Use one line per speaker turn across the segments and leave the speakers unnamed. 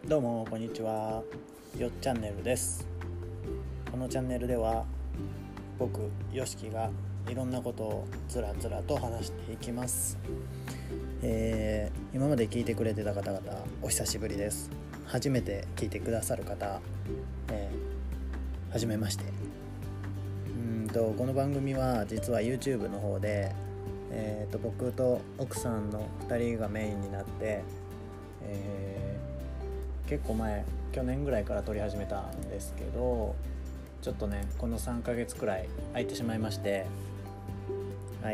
どうもこんにちは、よっチャンネルです。このチャンネルでは僕よしきがいろんなことをつらつらと話していきます。今まで聞いてくれてた方々お久しぶりです。初めて聞いてくださる方、はじめまして。この番組は実は YouTube の方で、僕と奥さんの2人がメインになって、結構去年ぐらいから撮り始めたんですけど、ちょっとねこの3ヶ月くらい空いてしまいまして、はい、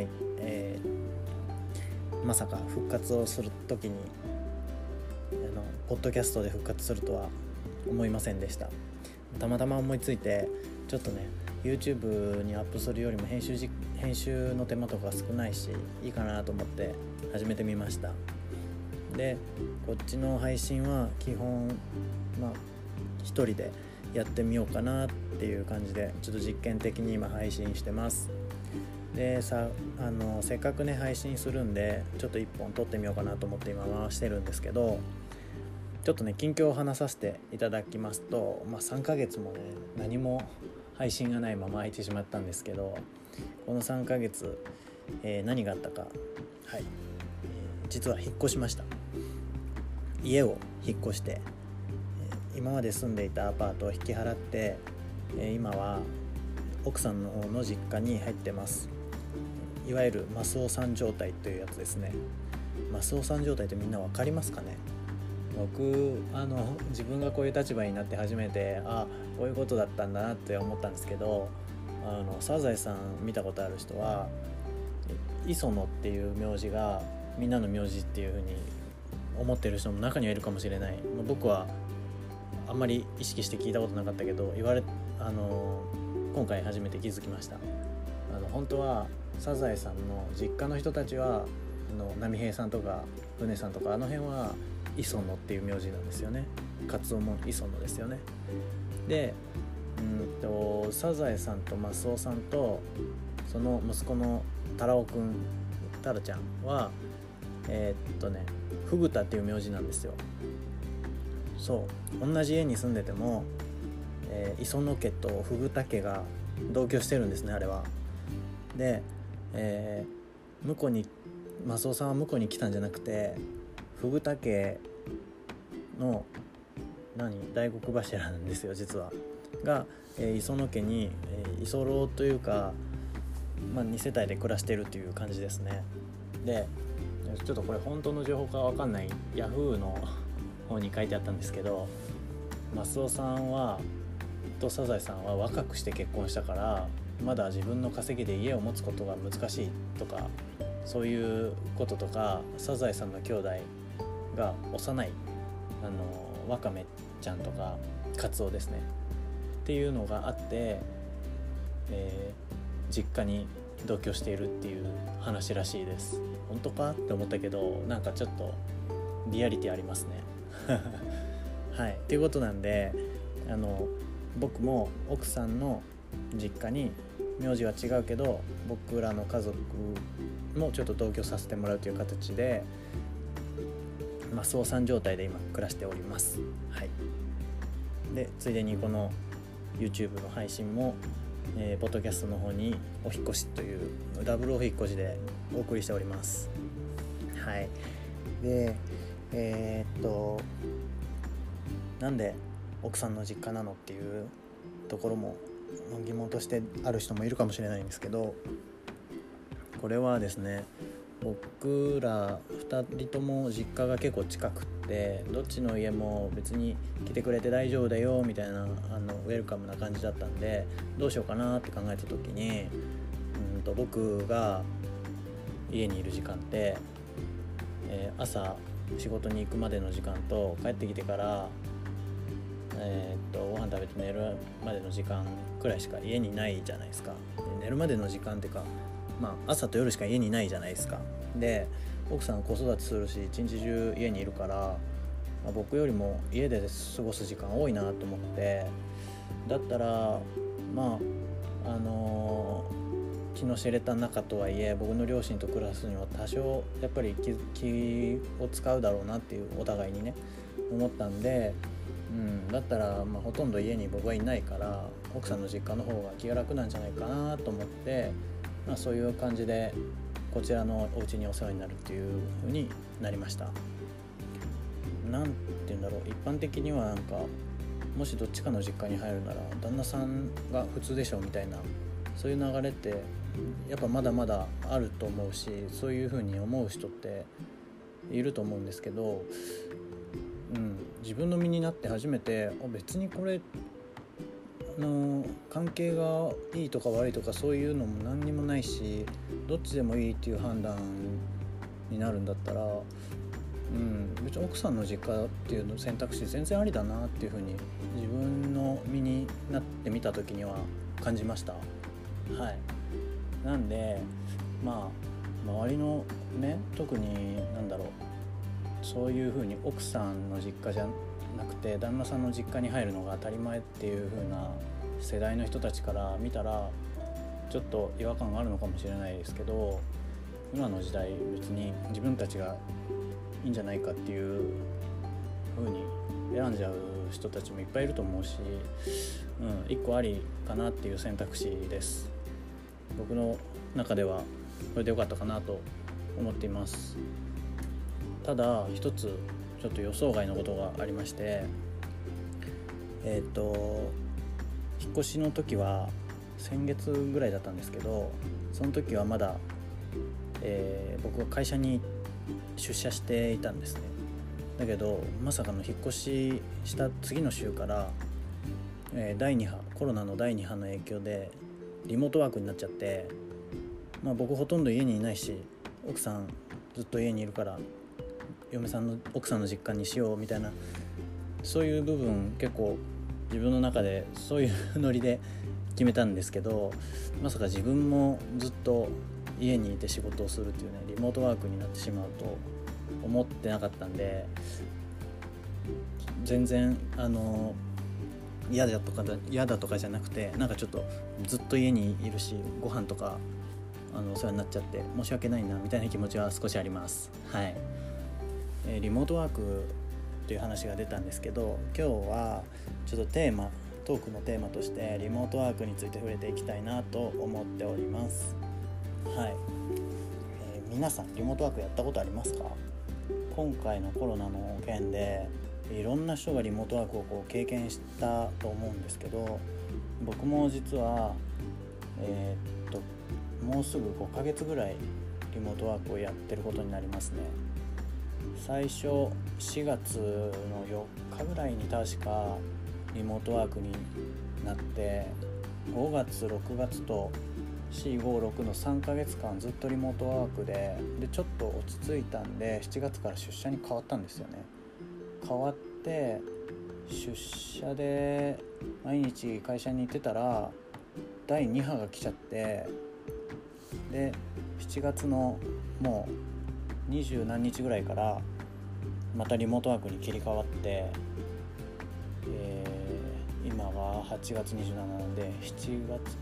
まさか復活をする時にポッドキャストで復活するとは思いませんでした。たまたま思いついて、ちょっとね YouTube にアップするよりも編集の手間とか少ないしいいかなと思って始めてみました。でこっちの配信は基本一人でやってみようかなっていう感じで、ちょっと実験的に今配信してます。でせっかくね配信するんで、ちょっと1本撮ってみようかなと思って今回してるんですけど、ちょっとね近況を話させていただきますと、3ヶ月もね何も配信がないまま空いてしまったんですけど、この3ヶ月、何があったか、はい、実は引っ越しました。家を引っ越して、今まで住んでいたアパートを引き払って、今は奥さんの方の実家に入ってます。いわゆるマスオさん状態というやつですね。マスオさん状態ってみんな分かりますかね。僕自分がこういう立場になって初めてこういうことだったんだなって思ったんですけど、サザエさん見たことある人は磯野っていう名字がみんなの名字っていう風に思ってる人も中にはいるかもしれない。僕はあんまり意識して聞いたことなかったけど、今回初めて気づきました。本当はサザエさんの実家の人たちは波平さんとか船さんとかあの辺は磯野っていう名字なんですよね。カツオも磯野ですよね。でサザエさんとマスオさんとその息子のタラちゃんはフグタっていう名字なんですよ。そう同じ家に住んでても、磯野家とフグタ家が同居してるんですね、あれは。で、向こうにマスオさんは向こうに来たんじゃなくて、フグタ家の大黒柱なんですよ実はが、磯野家に、居候というか、2世帯で暮らしてるっていう感じですね。でちょっとこれ本当の情報か分かんない、ヤフーの方に書いてあったんですけど、マスオさんとサザエさんは若くして結婚したからまだ自分の稼ぎで家を持つことが難しいとか、そういうこととか、サザエさんの兄弟が幼いワカメちゃんとかカツオですねっていうのがあって、実家に同居しているっていう話らしいです。本当かって思ったけど、なんかちょっとリアリティありますねはい、っていうことなんで、僕も奥さんの実家に名字は違うけど僕らの家族もちょっと同居させてもらうという形でマスオさん状態で今暮らしております。はい。でついでにこの YouTube の配信も、ポッドキャストの方にお引越しというダブルお引越しでお送りしております。はい。でなんで奥さんの実家なのっていうところも疑問としてある人もいるかもしれないんですけど、これはですね、僕ら2人とも実家が結構近くって、どっちの家も別に来てくれて大丈夫だよみたいなウェルカムな感じだったんで、どうしようかなって考えた時に僕が家にいる時間って、朝仕事に行くまでの時間と帰ってきてからご飯食べて寝るまでの時間くらいしか家にないじゃないですか。寝るまでの時間っていうか、朝と夜しか家にないじゃないですか。で奥さん子育てするし一日中家にいるから、僕よりも家で過ごす時間多いなと思って、だったら気の知れた仲とはいえ僕の両親と暮らすには多少やっぱり気を使うだろうなっていうお互いにね思ったんで、だったらほとんど家に僕はいないから奥さんの実家の方が気が楽なんじゃないかなと思って、そういう感じでこちらのお家にお世話になるっていう風になりました。なんて言うんだろう、一般的にはもしどっちかの実家に入るなら旦那さんが普通でしょみたいな、そういう流れってやっぱまだまだあると思うし、そういう風に思う人っていると思うんですけど、自分の身になって初めて別にこれ関係がいいとか悪いとかそういうのも何にもないし、どっちでもいいっていう判断になるんだったら、別に奥さんの実家っていうの選択肢全然ありだなっていうふうに自分の身になってみた時には感じました。なんで周りのね、特にそういうふうに奥さんの実家じゃなくて旦那さんの実家に入るのが当たり前っていう風な世代の人たちから見たらちょっと違和感があるのかもしれないですけど、今の時代別に自分たちがいいんじゃないかっていう風に選んじゃう人たちもいっぱいいると思うし、一個ありかなっていう選択肢です。僕の中ではこれで良かったかなと思っています。ただ一つちょっと予想外のことがありまして、引っ越しの時は先月ぐらいだったんですけど、その時はまだ、僕は会社に出社していたんですね。だけどまさかの引っ越しした次の週から、コロナの第2波の影響でリモートワークになっちゃって、僕ほとんど家にいないし奥さんずっと家にいるから奥さんの実家にしようみたいな、そういう部分結構自分の中でそういうノリで決めたんですけど、まさか自分もずっと家にいて仕事をするっていうね、リモートワークになってしまうと思ってなかったんで、全然嫌だとかじゃなくて、ちょっとずっと家にいるしご飯とかお世話になっちゃって申し訳ないなみたいな気持ちは少しあります。リモートワークっていう話が出たんですけど、今日はちょっとトークのテーマとしてリモートワークについて触れていきたいなと思っております。皆さんリモートワークやったことありますか？今回のコロナの件でいろんな人がリモートワークを経験したと思うんですけど、僕も実はもうすぐ5ヶ月ぐらいリモートワークをやってることになりますね。最初4月の4日ぐらいに確かリモートワークになって、5月6月と4、5、6の3ヶ月間ずっとリモートワークでちょっと落ち着いたんで7月から出社に変わったんですよね。変わって出社で毎日会社に行ってたら第2波が来ちゃって、で7月のもう20何日ぐらいからまたリモートワークに切り替わって、今は8月27なので7月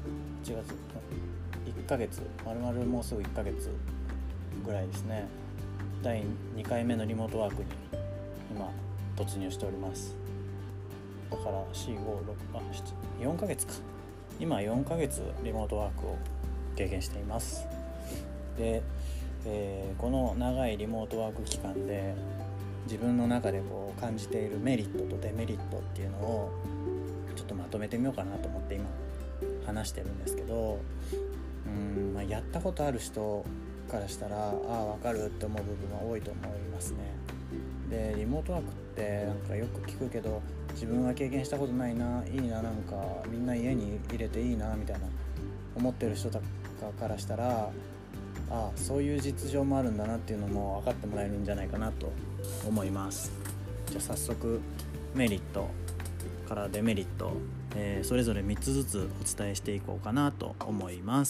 1ヶ月丸々もうすぐ1ヶ月ぐらいですね。第2回目のリモートワークに今突入しております。だから4ヶ月か、今4ヶ月リモートワークを経験しています。で、この長いリモートワーク期間で自分の中で感じているメリットとデメリットっていうのをちょっとまとめてみようかなと思って今話してるんですけど、やったことある人からしたら分かるって思う部分は多いと思いますね。でリモートワークってよく聞くけど自分は経験したことないな、いいな、みんな家に入れていいなみたいな思ってる人とかからしたらそういう実情もあるんだなっていうのも分かってもらえるんじゃないかなと思います。じゃあ早速メリットからデメリット、それぞれ3つずつお伝えしていこうかなと思います。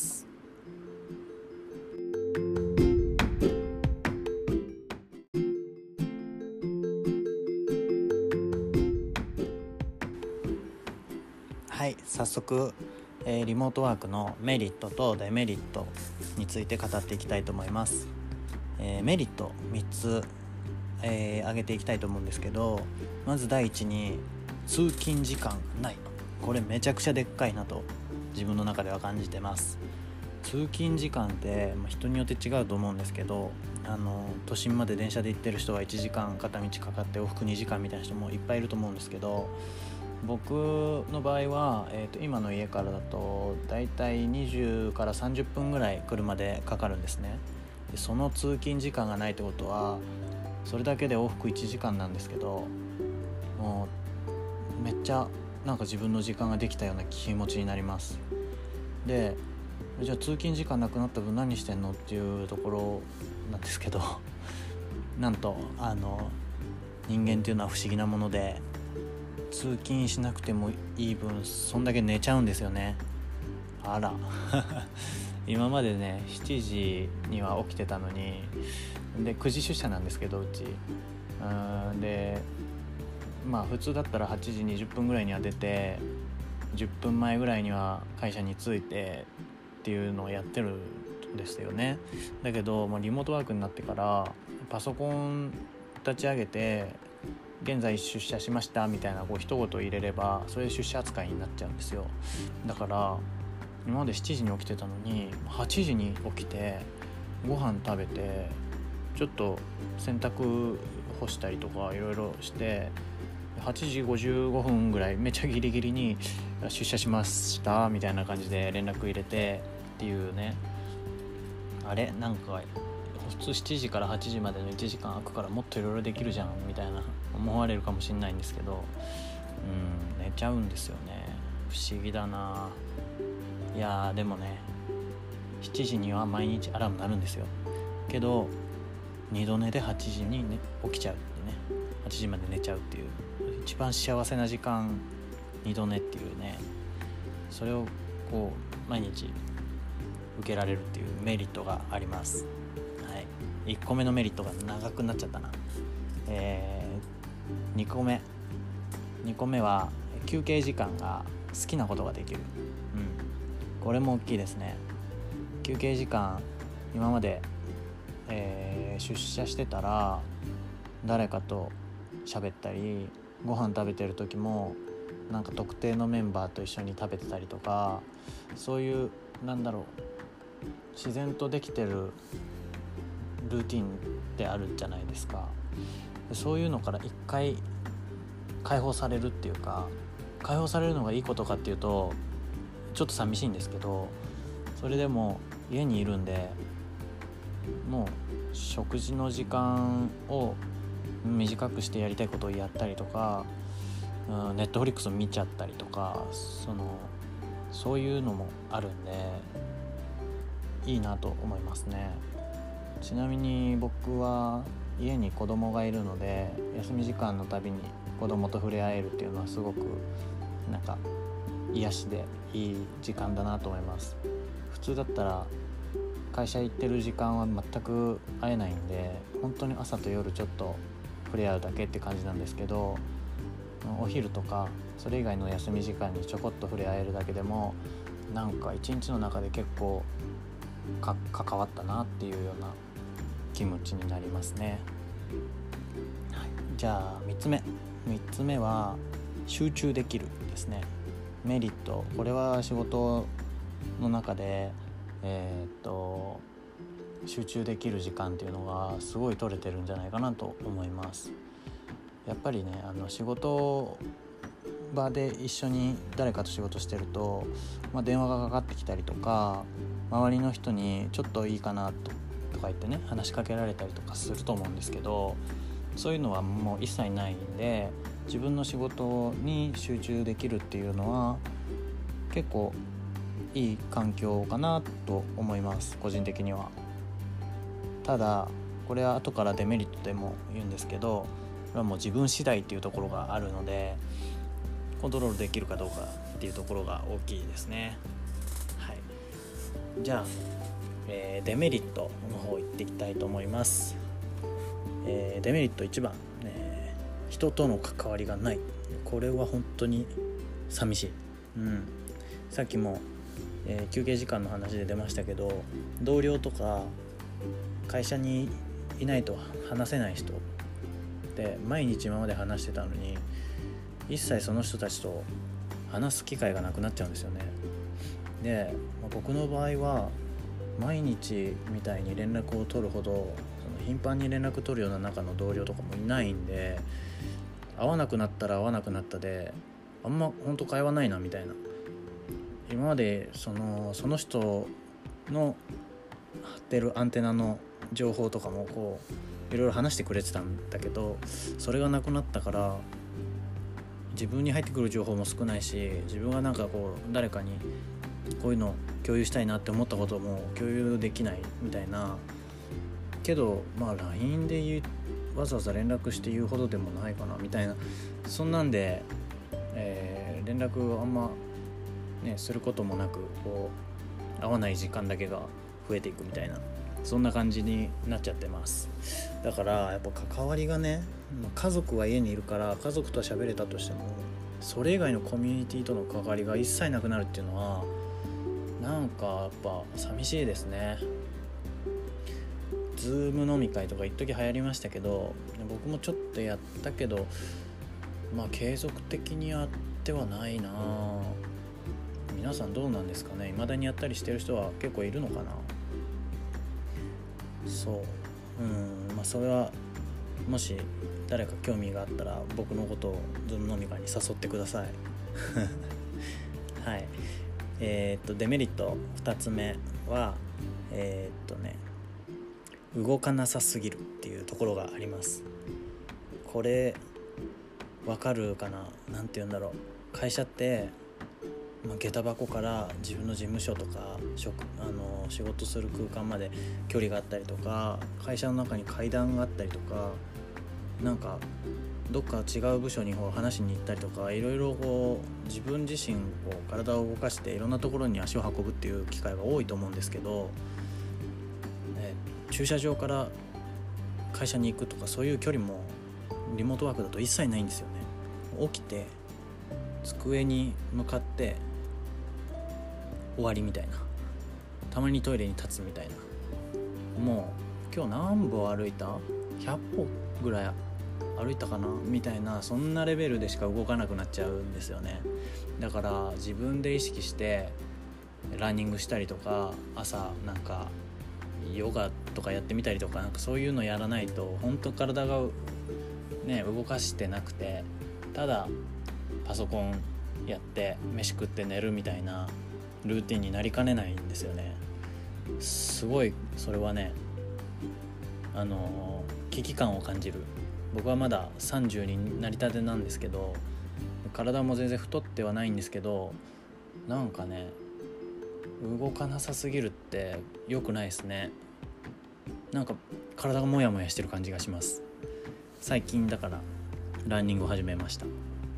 早速リモートワークのメリットとデメリットについて語っていきたいと思います。メリット3つ、挙げていきたいと思うんですけど、まず第一に通勤時間ない。これめちゃくちゃでっかいなと自分の中では感じてます。通勤時間って人によって違うと思うんですけど、都心まで電車で行ってる人は1時間片道かかって往復2時間みたいな人もいっぱいいると思うんですけど、僕の場合は、今の家からだとだいたい20から30分ぐらい車でかかるんですね。でその通勤時間がないってことはそれだけで往復1時間なんですけど、もうめっちゃなんか自分の時間ができたような気持ちになります。でじゃあ通勤時間なくなった分何してんのっていうところなんですけどなんと人間っていうのは不思議なもので、通勤しなくてもいい分そんだけ寝ちゃうんですよね。あら今までね7時には起きてたのに、で9時出社なんですけどうちで普通だったら8時20分ぐらいには出て10分前ぐらいには会社に着いてっていうのをやってるんですよね。だけどリモートワークになってからパソコン立ち上げて現在出社しましたみたいな一言入れればそれで出社扱いになっちゃうんですよ。だから今まで7時に起きてたのに8時に起きてご飯食べてちょっと洗濯干したりとかいろいろして8時55分ぐらいめちゃギリギリに出社しましたみたいな感じで連絡入れてっていうね。あれなんか普通7時から8時までの1時間空くからもっといろいろできるじゃんみたいな思われるかもしれないんですけど、寝ちゃうんですよね。不思議だな。いやでもね7時には毎日アラーム鳴るんですよ。けど二度寝で8時に、起きちゃうってね、8時まで寝ちゃうっていう一番幸せな時間、二度寝っていうね、それを毎日受けられるっていうメリットがあります。はい、1個目のメリットが長くなっちゃったな。2個目は休憩時間が好きなことができる。これも大きいですね。休憩時間今まで、出社してたら誰かと喋ったりご飯食べてる時もなんか特定のメンバーと一緒に食べてたりとか、そういう自然とできてるルーティンってあるじゃないですか。そういうのから一回解放されるっていうか、解放されるのがいいことかっていうとちょっと寂しいんですけど、それでも家にいるんでもう食事の時間を短くしてやりたいことをやったりとか、ネットフリックスを見ちゃったりとか、そういうのもあるんでいいなと思いますね。ちなみに僕は家に子供がいるので休み時間のたびに子供と触れ合えるっていうのはすごく癒しでいい時間だなと思います。普通だったら会社行ってる時間は全く会えないんで本当に朝と夜ちょっと触れ合うだけって感じなんですけど、お昼とかそれ以外の休み時間にちょこっと触れ合えるだけでも一日の中で結構関わったなっていうような気持ちになりますね。はい、じゃあ3つ目は集中できるですね。メリット、これは仕事の中で集中できる時間っていうのがすごい取れてるんじゃないかなと思います。やっぱりね仕事場で一緒に誰かと仕事してると、電話がかかってきたりとか周りの人にちょっといいかなとか言ってね話しかけられたりとかすると思うんですけど、そういうのはもう一切ないんで自分の仕事に集中できるっていうのは結構いい環境かなと思います、個人的には。ただこれは後からデメリットでも言うんですけど、これはもう自分次第っていうところがあるのでコントロールできるかどうかっていうところが大きいですね。はい、じゃあ、デメリットの方行っていきたいと思います。デメリット1番、人との関わりがない。これは本当に寂しい。さっきも休憩時間の話で出ましたけど、同僚とか会社にいないと話せない人で毎日今まで話してたのに、一切その人たちと話す機会がなくなっちゃうんですよね。で、僕の場合は毎日みたいに連絡を取るほど、その頻繁に連絡取るような中の同僚とかもいないんで、会わなくなったら会わなくなったであんま本当会話ないなみたいな。今までその人の張ってるアンテナの情報とかもこういろいろ話してくれてたんだけど、それがなくなったから自分に入ってくる情報も少ないし、自分がなんかこう誰かにこういうの共有したいなって思ったことも共有できないみたいな。けどLINE でわざわざ連絡して言うほどでもないかなみたいな、そんなんで、連絡あんま、ね、することもなくこう会わない時間だけが増えていくみたいな、そんな感じになっちゃってます。だからやっぱ関わりがね、家族は家にいるから家族とは喋れたとしても、それ以外のコミュニティとの関わりが一切なくなるっていうのはなんかやっぱ寂しいですね。ズーム飲み会とか一時流行りましたけど、僕もちょっとやったけど継続的にやってはないな。皆さんどうなんですかね。未だにやったりしてる人は結構いるのかな。それはもし誰か興味があったら僕のことをズーム飲み会に誘ってくださいはい。デメリット2つ目は動かなさすぎるっていうところがあります。これわかるかな。なんて言うんだろう。会社って下駄箱から自分の事務所とか仕事する空間まで距離があったりとか、会社の中に階段があったりとか、なんかどっか違う部署に話しに行ったりとか、いろいろこう自分自身体を動かしていろんなところに足を運ぶっていう機会が多いと思うんですけど、駐車場から会社に行くとかそういう距離もリモートワークだと一切ないんですよね。起きて机に向かって終わりみたいな、たまにトイレに立つみたいな、もう今日何歩歩いた ?100 歩ぐらい歩いたかなみたいな、そんなレベルでしか動かなくなっちゃうんですよね。だから自分で意識してランニングしたりとか、朝なんかヨガとかやってみたりとか、なんかそういうのやらないと本当体がね動かしてなくて、ただパソコンやって飯食って寝るみたいなルーティンになりかねないんですよね。すごいそれはね危機感を感じる。僕はまだ30になりたてなんですけど、体も全然太ってはないんですけど、なんかね動かなさすぎるって良くないですね。なんか体がモヤモヤしてる感じがします。最近だからランニングを始めました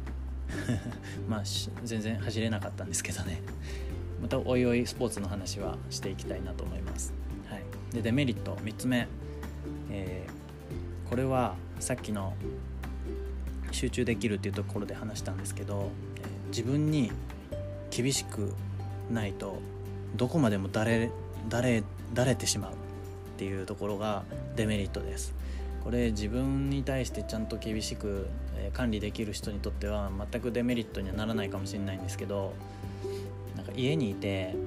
全然走れなかったんですけどね。またおいおいスポーツの話はしていきたいなと思います。はい。でデメリット3つ目、これはさっきの集中できるっていうところで話したんですけど、自分に厳しくないとどこまでもだれてしまうっていうところがデメリットです。これ自分に対してちゃんと厳しく管理できる人にとっては全くデメリットにはならないかもしれないんですけど、なんか家にいて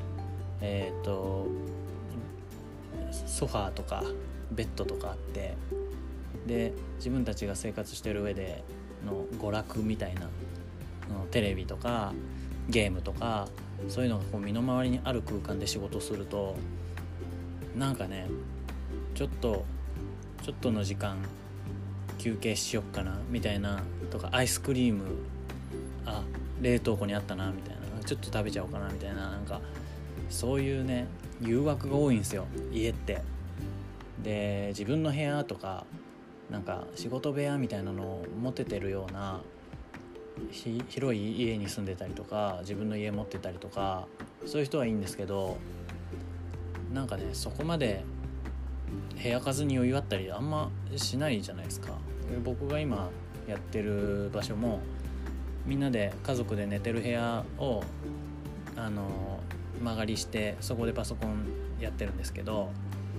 ソファーとかベッドとかあって、で自分たちが生活してる上での娯楽みたいなテレビとかゲームとかそういうのがこう身の回りにある空間で仕事すると、なんかねちょっとの時間休憩しよっかなみたいなとか、アイスクリーム冷凍庫にあったなみたいな、ちょっと食べちゃおうかなみたいな、なんかそういうね誘惑が多いんですよ家って。で自分の部屋とかなんか仕事部屋みたいなのを持ててるような広い家に住んでたりとか、自分の家持ってたりとか、そういう人はいいんですけど、なんかねそこまで部屋数に余裕あったりあんましないじゃないですか。僕が今やってる場所もみんなで家族で寝てる部屋を間借りしてそこでパソコンやってるんですけど、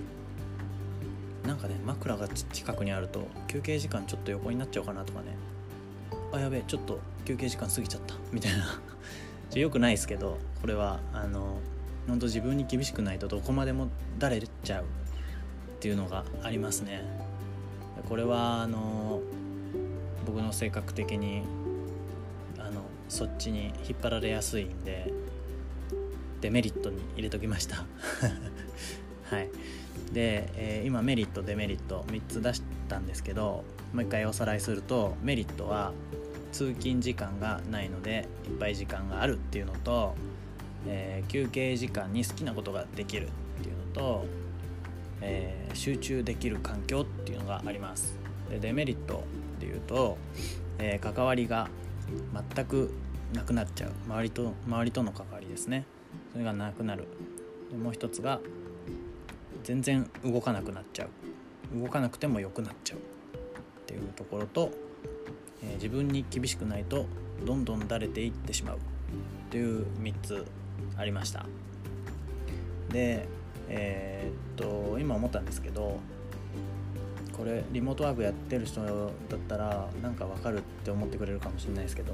なんかね枕が近くにあると休憩時間ちょっと横になっちゃうかなとかね、あやべえちょっと休憩時間過ぎちゃったみたいなよくないですけど、これは本当自分に厳しくないとどこまでもだれちゃうっていうのがありますね。これは僕の性格的にそっちに引っ張られやすいんでデメリットに入れときましたはい。で、今メリットデメリット3つ出したんですけど、もう一回おさらいすると、メリットは通勤時間がないのでいっぱい時間があるっていうのと、休憩時間に好きなことができるっていうのと、集中できる環境っていうのがあります。でデメリットでいうと、関わりが全くなくなっちゃう、周りとの関わりですね、それがなくなる。でもう一つが全然動かなくなっちゃう、動かなくても良くなっちゃうっていうところと、自分に厳しくないとどんどんだれていってしまうっていう3つありました。で今思ったんですけど、これリモートワークやってる人だったらなんか分かるって思ってくれるかもしれないですけど、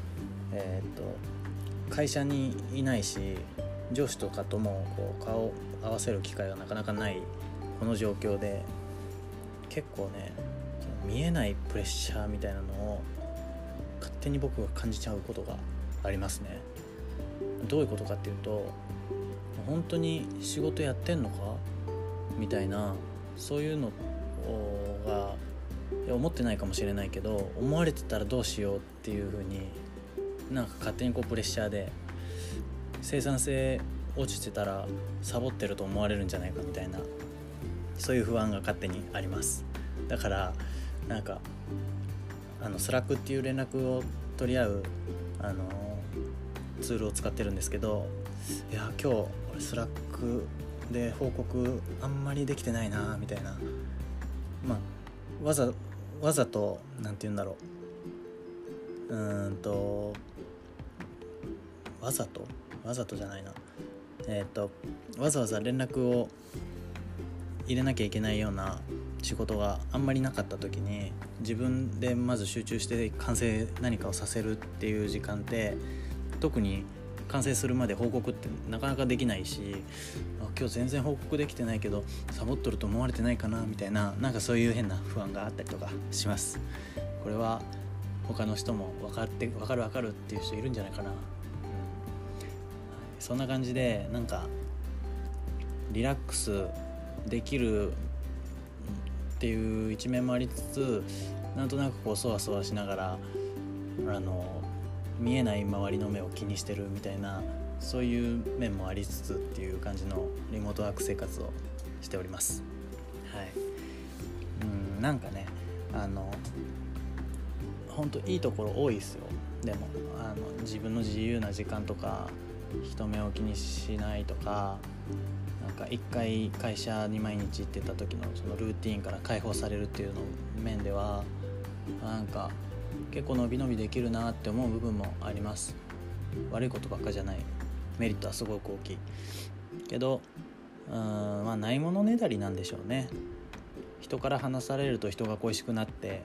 会社にいないし上司とかともこう顔を合わせる機会がなかなかないこの状況で、結構ね見えないプレッシャーみたいなのを勝手に僕が感じちゃうことがありますね。どういうことかっていうと、本当に仕事やってんのかみたいな、そういうのが思ってないかもしれないけど思われてたらどうしようっていう風になんか勝手にこうプレッシャーで、生産性落ちてたらサボってると思われるんじゃないかみたいな、そういう不安が勝手にあります。だからなんかスラックっていう連絡を取り合うツールを使ってるんですけど、いや今日俺スラックで報告あんまりできてないなみたいな、わざとなんて言うんだろう、わざとじゃないな、わざわざ連絡を入れなきゃいけないような仕事があんまりなかった時に、自分でまず集中して完成何かをさせるっていう時間って、特に完成するまで報告ってなかなかできないし、今日全然報告できてないけどサボっとると思われてないかなみたいな、なんかそういう変な不安があったりとかします。これは他の人も分かるっていう人いるんじゃないかな、そんな感じでなんかリラックスできるっていう一面もありつつ、なんとなくこうそわそわしながら見えない周りの目を気にしてるみたいな、そういう面もありつつっていう感じのリモートワーク生活をしております。はい。なんかね本当いいところ多いですよ。でも自分の自由な時間とか人目を気にしないとか、なんか一回会社に毎日行ってた時のそのルーティーンから解放されるっていうの面ではなんか結構伸び伸びできるなって思う部分もあります。悪いことばっかじゃない、メリットはすごく大きいけど、ないものねだりなんでしょうね。人から話されると人が恋しくなって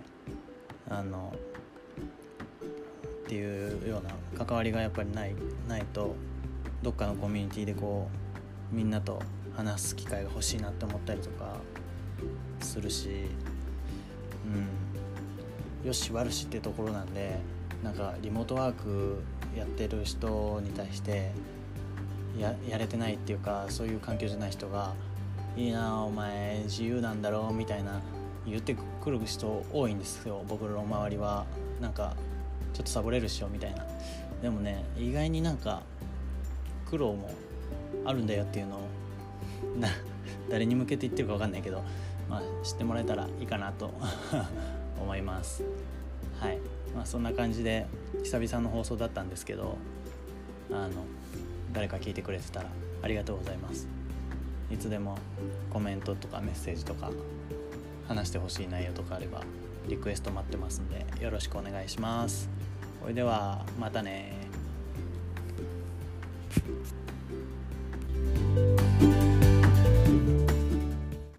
っていうような関わりがやっぱりないと、どっかのコミュニティでこうみんなと話す機会が欲しいなって思ったりとかするし、よし悪しってところなんで、なんかリモートワークやってる人に対してやれてないっていうか、そういう環境じゃない人がいいなお前自由なんだろうみたいな言ってくる人多いんですよ。僕の周りはなんかちょっとサボれるっしょみたいな。でもね、意外になんか苦労もあるんだよっていうのを誰に向けて言ってるか分かんないけど、知ってもらえたらいいかなと思います。はい。そんな感じで久々の放送だったんですけど、誰か聞いてくれてたらありがとうございます。いつでもコメントとかメッセージとか話してほしい内容とかあればリクエスト待ってますんで、よろしくお願いします。それではまたね。 した。